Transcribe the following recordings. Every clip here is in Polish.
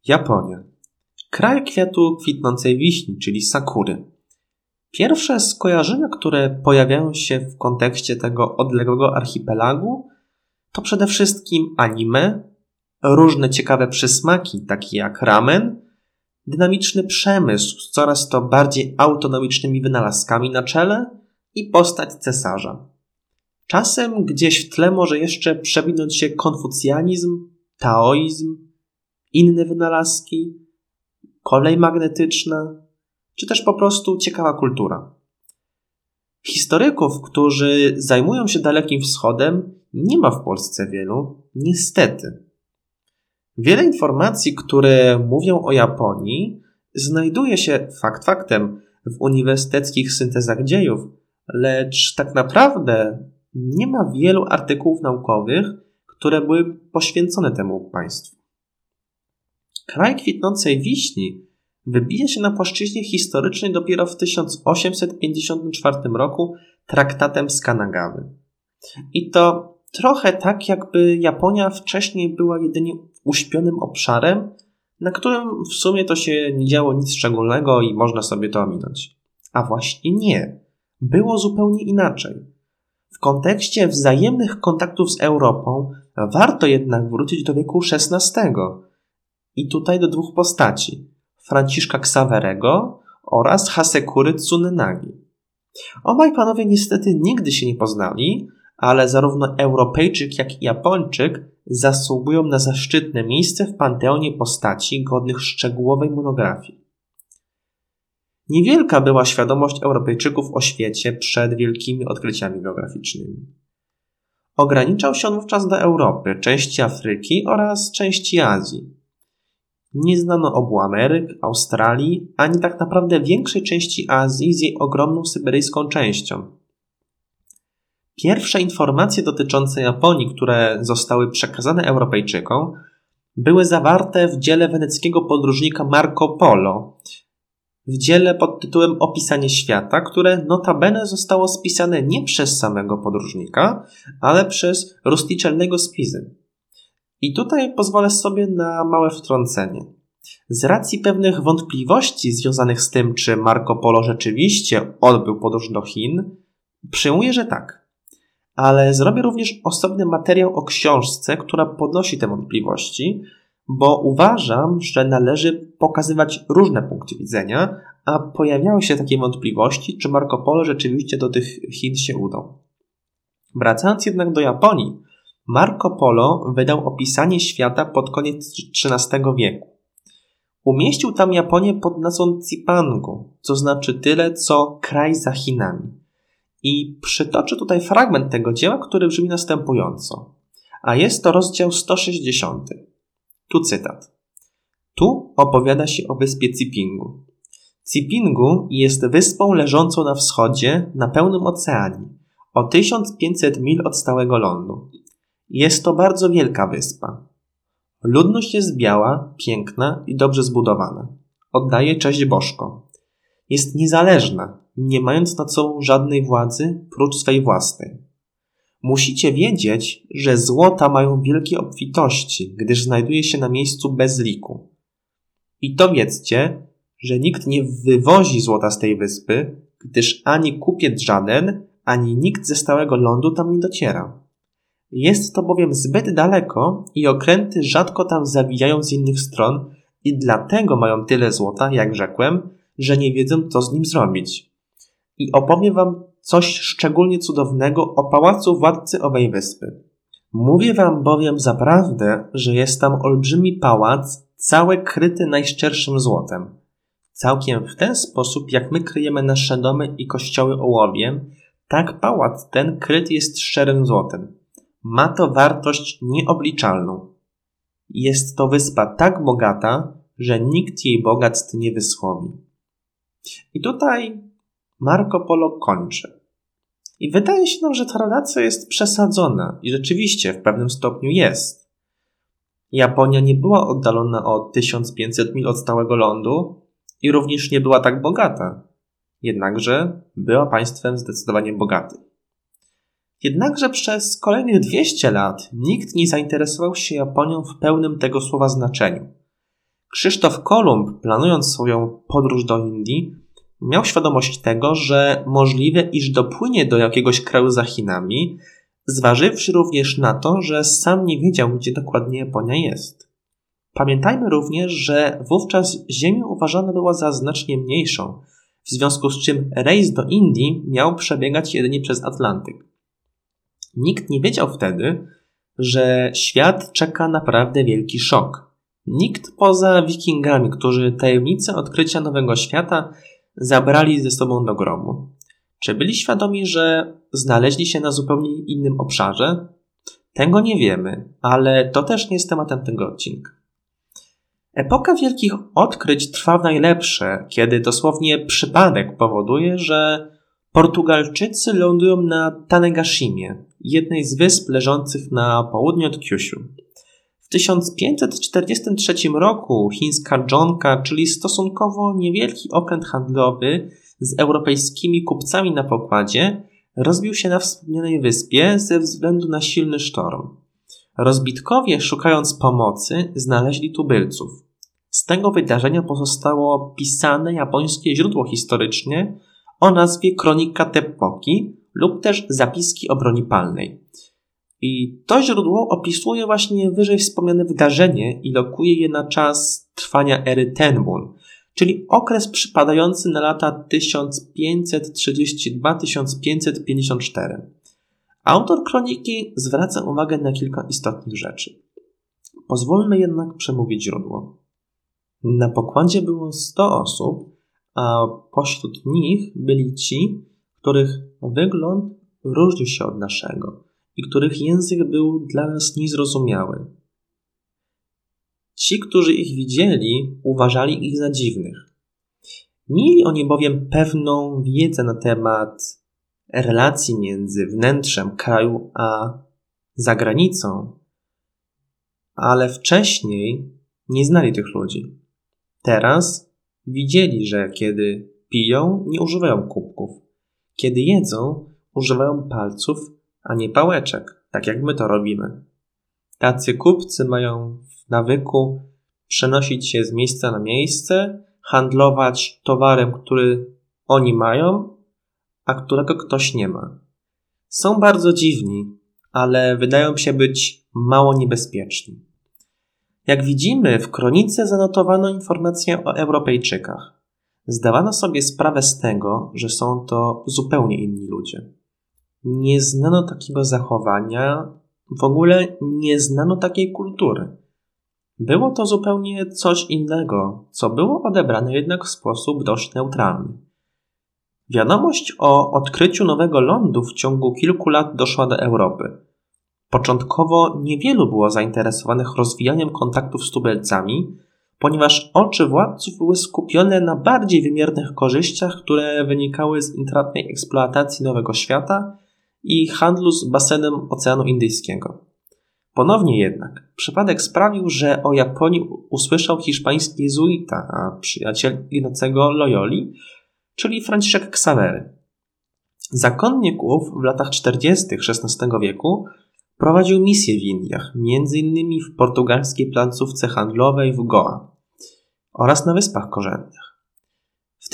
Japonia. Kraj kwiatu kwitnącej wiśni, czyli sakury. Pierwsze skojarzenia, które pojawiają się w kontekście tego odległego archipelagu, to przede wszystkim anime, różne ciekawe przysmaki, takie jak ramen, dynamiczny przemysł z coraz to bardziej autonomicznymi wynalazkami na czele i postać cesarza. Czasem gdzieś w tle może jeszcze przewinąć się konfucjanizm, taoizm, inne wynalazki, kolej magnetyczna, czy też po prostu ciekawa kultura. Historyków, którzy zajmują się Dalekim Wschodem, nie ma w Polsce wielu, niestety. Wiele informacji, które mówią o Japonii, znajduje się fakt faktem w uniwersyteckich syntezach dziejów, lecz tak naprawdę nie ma wielu artykułów naukowych, które były poświęcone temu państwu. Kraj kwitnącej wiśni wybija się na płaszczyźnie historycznej dopiero w 1854 roku traktatem z Kanagawy. I to trochę tak, jakby Japonia wcześniej była jedynie uśpionym obszarem, na którym w sumie to się nie działo nic szczególnego i można sobie to ominąć. A właśnie nie. Było zupełnie inaczej. W kontekście wzajemnych kontaktów z Europą warto jednak wrócić do wieku XVI. I tutaj do dwóch postaci. Franciszka Ksawerego oraz Hasekury Tsunenagi. Obaj panowie niestety nigdy się nie poznali, ale zarówno Europejczyk, jak i Japończyk zasługują na zaszczytne miejsce w panteonie postaci godnych szczegółowej monografii. Niewielka była świadomość Europejczyków o świecie przed wielkimi odkryciami geograficznymi. Ograniczał się on wówczas do Europy, części Afryki oraz części Azji. Nie znano obu Ameryk, Australii, ani tak naprawdę większej części Azji z jej ogromną syberyjską częścią. Pierwsze informacje dotyczące Japonii, które zostały przekazane Europejczykom, były zawarte w dziele weneckiego podróżnika Marco Polo, w dziele pod tytułem Opisanie świata, które notabene zostało spisane nie przez samego podróżnika, ale przez Rustichelnego z Pizy. I tutaj pozwolę sobie na małe wtrącenie. Z racji pewnych wątpliwości związanych z tym, czy Marco Polo rzeczywiście odbył podróż do Chin, przyjmuję, że tak. Ale zrobię również osobny materiał o książce, która podnosi te wątpliwości, bo uważam, że należy pokazywać różne punkty widzenia, a pojawiały się takie wątpliwości, czy Marco Polo rzeczywiście do tych Chin się udał. Wracając jednak do Japonii, Marco Polo wydał opisanie świata pod koniec XIII wieku. Umieścił tam Japonię pod nazwą Cipangu, co znaczy tyle, co kraj za Chinami. I przytoczę tutaj fragment tego dzieła, który brzmi następująco. A jest to rozdział 160. Tu cytat. Tu opowiada się o wyspie Cipingu. Cipingu jest wyspą leżącą na wschodzie, na pełnym oceanie, o 1500 mil od stałego lądu. Jest to bardzo wielka wyspa. Ludność jest biała, piękna i dobrze zbudowana. Oddaje cześć bożkom. Jest niezależna, nie mając nad sobą żadnej władzy prócz swej własnej. Musicie wiedzieć, że złota mają wielkie obfitości, gdyż znajduje się na miejscu bez liku. I to wiedzcie, że nikt nie wywozi złota z tej wyspy, gdyż ani kupiec żaden, ani nikt ze stałego lądu tam nie dociera. Jest to bowiem zbyt daleko i okręty rzadko tam zawijają z innych stron i dlatego mają tyle złota, jak rzekłem, że nie wiedzą, co z nim zrobić. I opowiem wam coś szczególnie cudownego o pałacu władcy owej wyspy. Mówię wam bowiem zaprawdę, że jest tam olbrzymi pałac, cały kryty najszczerszym złotem. Całkiem w ten sposób, jak my kryjemy nasze domy i kościoły ołowiem, tak pałac ten kryty jest szczerym złotem. Ma to wartość nieobliczalną. Jest to wyspa tak bogata, że nikt jej bogactw nie wysłowi. I tutaj Marco Polo kończy. I wydaje się nam, że ta relacja jest przesadzona i rzeczywiście w pewnym stopniu jest. Japonia nie była oddalona o 1500 mil od stałego lądu i również nie była tak bogata. Jednakże była państwem zdecydowanie bogatym. Jednakże przez kolejnych 200 lat nikt nie zainteresował się Japonią w pełnym tego słowa znaczeniu. Krzysztof Kolumb, planując swoją podróż do Indii, miał świadomość tego, że możliwe, iż dopłynie do jakiegoś kraju za Chinami, zważywszy również na to, że sam nie wiedział, gdzie dokładnie Japonia jest. Pamiętajmy również, że wówczas Ziemię uważana była za znacznie mniejszą, w związku z czym rejs do Indii miał przebiegać jedynie przez Atlantyk. Nikt nie wiedział wtedy, że świat czeka naprawdę wielki szok. Nikt poza wikingami, którzy tajemnicę odkrycia nowego świata zabrali ze sobą do grobu. Czy byli świadomi, że znaleźli się na zupełnie innym obszarze? Tego nie wiemy, ale to też nie jest tematem tego odcinka. Epoka wielkich odkryć trwa w najlepsze, kiedy dosłownie przypadek powoduje, że Portugalczycy lądują na Tanegashimie, jednej z wysp leżących na południe od Kyushu. W 1543 roku chińska dżonka, czyli stosunkowo niewielki okręt handlowy z europejskimi kupcami na pokładzie, rozbił się na wspomnianej wyspie ze względu na silny sztorm. Rozbitkowie, szukając pomocy, znaleźli tubylców. Z tego wydarzenia pozostało pisane japońskie źródło historyczne o nazwie Kronika Teppoki lub też Zapiski o broni palnej. I to źródło opisuje właśnie wyżej wspomniane wydarzenie i lokuje je na czas trwania ery Tenmun, czyli okres przypadający na lata 1532-1554. Autor kroniki zwraca uwagę na kilka istotnych rzeczy. Pozwólmy jednak przemówić źródło. Na pokładzie było 100 osób, a pośród nich byli ci, których wygląd różnił się od naszego i których język był dla nas niezrozumiały. Ci, którzy ich widzieli, uważali ich za dziwnych. Mieli oni bowiem pewną wiedzę na temat relacji między wnętrzem kraju a zagranicą, ale wcześniej nie znali tych ludzi. Teraz widzieli, że kiedy piją, nie używają kubków. Kiedy jedzą, używają palców, a nie pałeczek, tak jak my to robimy. Tacy kupcy mają w nawyku przenosić się z miejsca na miejsce, handlować towarem, który oni mają, a którego ktoś nie ma. Są bardzo dziwni, ale wydają się być mało niebezpieczni. Jak widzimy, w kronice zanotowano informacje o Europejczykach. Zdawano sobie sprawę z tego, że są to zupełnie inni ludzie. Nie znano takiego zachowania, w ogóle nie znano takiej kultury. Było to zupełnie coś innego, co było odebrane jednak w sposób dość neutralny. Wiadomość o odkryciu nowego lądu w ciągu kilku lat doszła do Europy. Początkowo niewielu było zainteresowanych rozwijaniem kontaktów z tubylcami, ponieważ oczy władców były skupione na bardziej wymiernych korzyściach, które wynikały z intratnej eksploatacji Nowego Świata i handlu z basenem Oceanu Indyjskiego. Ponownie jednak przypadek sprawił, że o Japonii usłyszał hiszpański jezuita, a przyjaciel Ignacego Loyoli, czyli Franciszek Ksawery. Zakonnik ów w latach 40. XVI wieku prowadził misję w Indiach, m.in. w portugalskiej placówce handlowej w Goa oraz na Wyspach Korzennych. W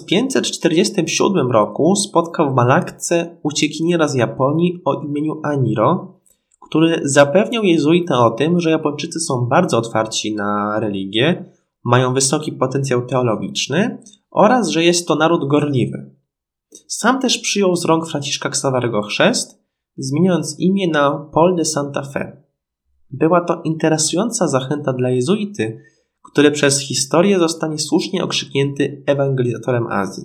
1547 roku spotkał w Malakce uciekiniera z Japonii o imieniu Aniro, który zapewniał jezuitę o tym, że Japończycy są bardzo otwarci na religię, mają wysoki potencjał teologiczny oraz że jest to naród gorliwy. Sam też przyjął z rąk Franciszka Ksawerego chrzest, zmieniając imię na Paul de Santa Fe. Była to interesująca zachęta dla jezuity, który przez historię zostanie słusznie okrzyknięty ewangelizatorem Azji.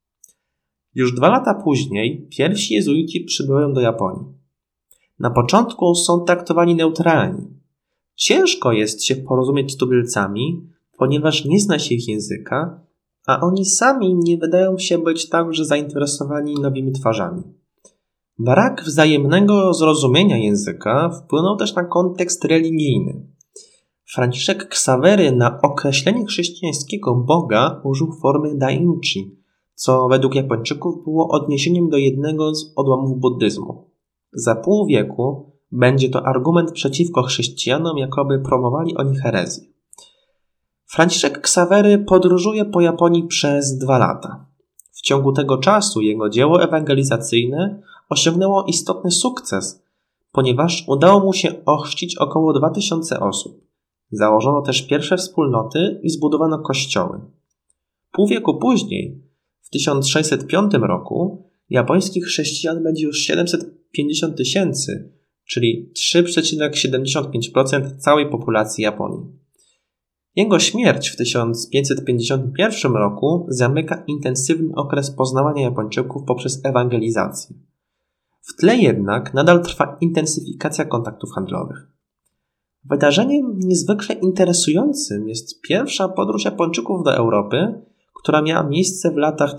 Już 2 lata później pierwsi jezuici przybywają do Japonii. Na początku są traktowani neutralnie. Ciężko jest się porozumieć z tubylcami, ponieważ nie zna się ich języka, a oni sami nie wydają się być także zainteresowani nowymi twarzami. Brak wzajemnego zrozumienia języka wpłynął też na kontekst religijny. Franciszek Ksawery na określenie chrześcijańskiego Boga użył formy dainchi, co według Japończyków było odniesieniem do jednego z odłamów buddyzmu. Za pół wieku będzie to argument przeciwko chrześcijanom, jakoby promowali oni herezję. Franciszek Ksawery podróżuje po Japonii przez 2 lata. W ciągu tego czasu jego dzieło ewangelizacyjne osiągnęło istotny sukces, ponieważ udało mu się ochrzcić około 2000 osób. Założono też pierwsze wspólnoty i zbudowano kościoły. Pół wieku później, w 1605 roku, japońskich chrześcijan będzie już 750 000, czyli 3,75% całej populacji Japonii. Jego śmierć w 1551 roku zamyka intensywny okres poznawania Japończyków poprzez ewangelizację. W tle jednak nadal trwa intensyfikacja kontaktów handlowych. Wydarzeniem niezwykle interesującym jest pierwsza podróż Japończyków do Europy, która miała miejsce w latach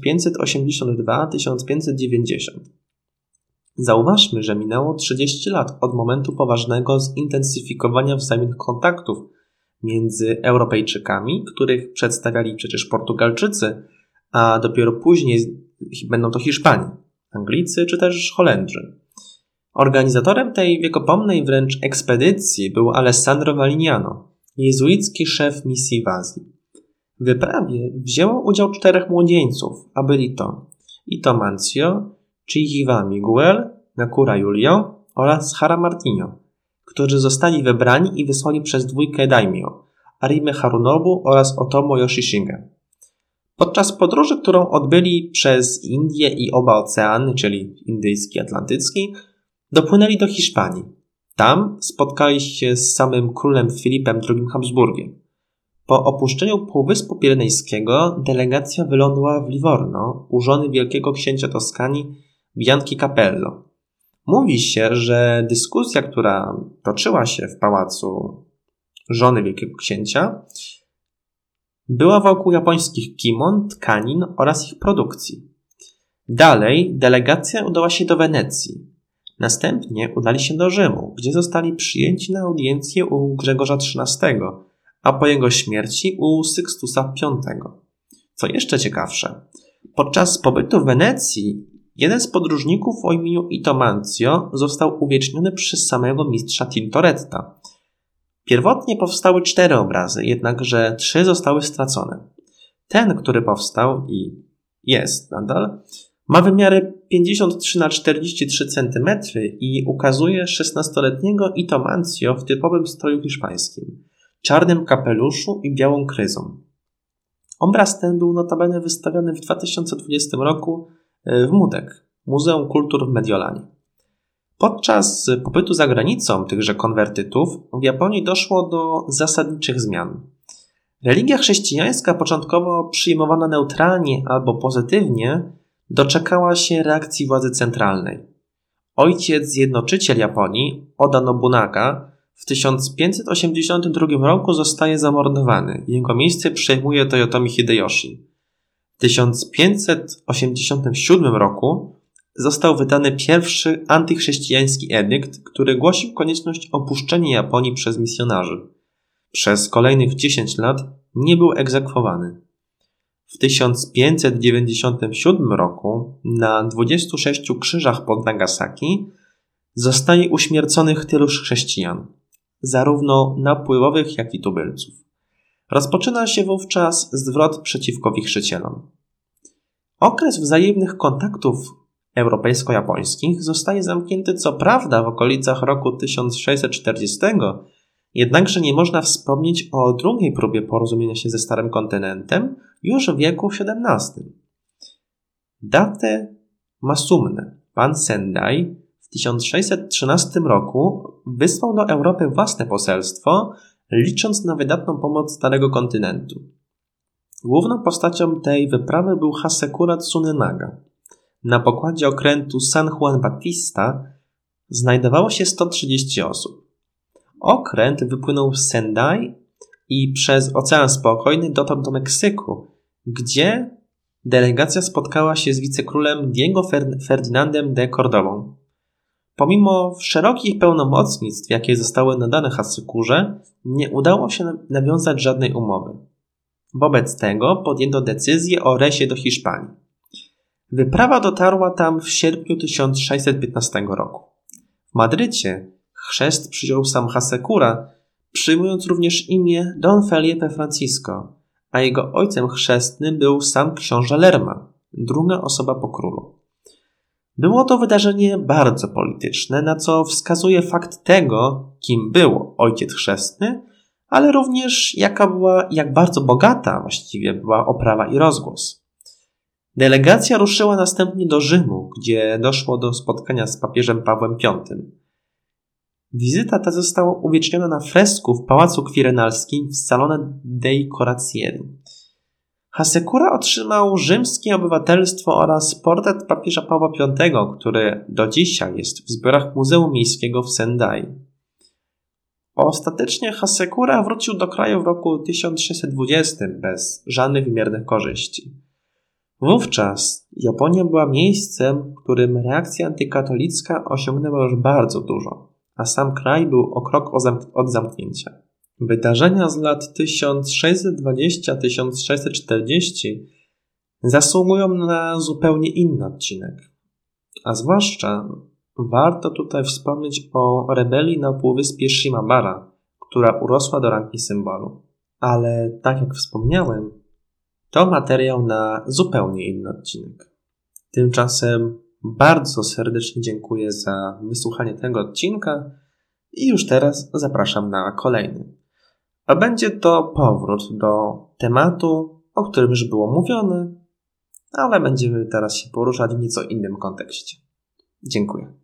1582-1590. Zauważmy, że minęło 30 lat od momentu poważnego zintensyfikowania wzajemnych kontaktów między Europejczykami, których przedstawiali przecież Portugalczycy, a dopiero później będą to Hiszpanie, Anglicy czy też Holendrzy. Organizatorem tej wiekopomnej wręcz ekspedycji był Alessandro Valignano, jezuicki szef misji w Azji. W wyprawie wzięło udział 4 młodzieńców, a byli to Ito Mancio, Chihiwa Miguel, Nakura Julio oraz Hara Martinho, którzy zostali wybrani i wysłani przez 2 daimyo, Arime Harunobu oraz Otomo Yoshishige. Podczas podróży, którą odbyli przez Indię i oba oceany, czyli indyjski i atlantycki, dopłynęli do Hiszpanii. Tam spotkali się z samym królem Filipem II Habsburgiem. Po opuszczeniu Półwyspu Pirenejskiego delegacja wylądowała w Livorno u żony wielkiego księcia Toskanii Bianchi Capello. Mówi się, że dyskusja, która toczyła się w pałacu żony wielkiego księcia, była wokół japońskich kimon, tkanin oraz ich produkcji. Dalej delegacja udała się do Wenecji. Następnie udali się do Rzymu, gdzie zostali przyjęci na audiencję u Grzegorza XIII, a po jego śmierci u Sykstusa V. Co jeszcze ciekawsze, podczas pobytu w Wenecji jeden z podróżników o imieniu Ito Mancio został uwieczniony przez samego mistrza Tintoretta. Pierwotnie powstały 4 obrazy, jednakże 3 zostały stracone. Ten, który powstał i jest nadal, ma wymiary 53x43 cm i ukazuje 16-letniego Ito Mancio w typowym stroju hiszpańskim, czarnym kapeluszu i białą kryzą. Obraz ten był notabene wystawiony w 2020 roku w MUDEK, Muzeum Kultur w Mediolanie. Podczas pobytu za granicą tychże konwertytów w Japonii doszło do zasadniczych zmian. Religia chrześcijańska, początkowo przyjmowana neutralnie albo pozytywnie, doczekała się reakcji władzy centralnej. Ojciec zjednoczyciel Japonii, Oda Nobunaga, w 1582 roku zostaje zamordowany. Jego miejsce przejmuje Toyotomi Hideyoshi. W 1587 roku został wydany pierwszy antychrześcijański edykt, który głosił konieczność opuszczenia Japonii przez misjonarzy. Przez kolejnych 10 lat nie był egzekwowany. W 1597 roku na 26 krzyżach pod Nagasaki zostaje uśmierconych tyluż chrześcijan, zarówno napływowych, jak i tubylców. Rozpoczyna się wówczas zwrot przeciwko wichrzycielom. Okres wzajemnych kontaktów europejsko-japońskich zostaje zamknięty co prawda w okolicach roku 1640, jednakże nie można wspomnieć o drugiej próbie porozumienia się ze Starym Kontynentem już w wieku XVII. Date Masumne, pan Sendai, w 1613 roku wysłał do Europy własne poselstwo, licząc na wydatną pomoc Starego Kontynentu. Główną postacią tej wyprawy był Hasekura Tsunenaga. Na pokładzie okrętu San Juan Batista znajdowało się 130 osób. Okręt wypłynął z Sendai i przez Ocean Spokojny dotarł do Meksyku, gdzie delegacja spotkała się z wicekrólem Diego Ferdinandem de Cordobą. Pomimo szerokich pełnomocnictw, jakie zostały nadane Hasekurze, nie udało się nawiązać żadnej umowy. Wobec tego podjęto decyzję o resie do Hiszpanii. Wyprawa dotarła tam w sierpniu 1615 roku. W Madrycie chrzest przyjął sam Hasekura, przyjmując również imię Don Felipe Francisco, a jego ojcem chrzestnym był sam książę Lerma, druga osoba po królu. Było to wydarzenie bardzo polityczne, na co wskazuje fakt tego, kim był ojciec chrzestny, ale również jak bardzo bogata właściwie była oprawa i rozgłos. Delegacja ruszyła następnie do Rzymu, gdzie doszło do spotkania z papieżem Pawłem V. Wizyta ta została uwieczniona na fresku w Pałacu Quirinalskim w Salone dei Corazzieri. Hasekura otrzymał rzymskie obywatelstwo oraz portret papieża Pawła V, który do dzisiaj jest w zbiorach Muzeum Miejskiego w Sendai. Ostatecznie Hasekura wrócił do kraju w roku 1620 bez żadnych wymiernych korzyści. Wówczas Japonia była miejscem, w którym reakcja antykatolicka osiągnęła już bardzo dużo, a sam kraj był o krok od zamknięcia. Wydarzenia z lat 1620-1640 zasługują na zupełnie inny odcinek. A zwłaszcza warto tutaj wspomnieć o rebelii na półwyspie Shimabara, która urosła do rangi symbolu. Ale tak jak wspomniałem, to materiał na zupełnie inny odcinek. Tymczasem bardzo serdecznie dziękuję za wysłuchanie tego odcinka i już teraz zapraszam na kolejny. A będzie to powrót do tematu, o którym już było mówione, ale będziemy teraz się poruszać w nieco innym kontekście. Dziękuję.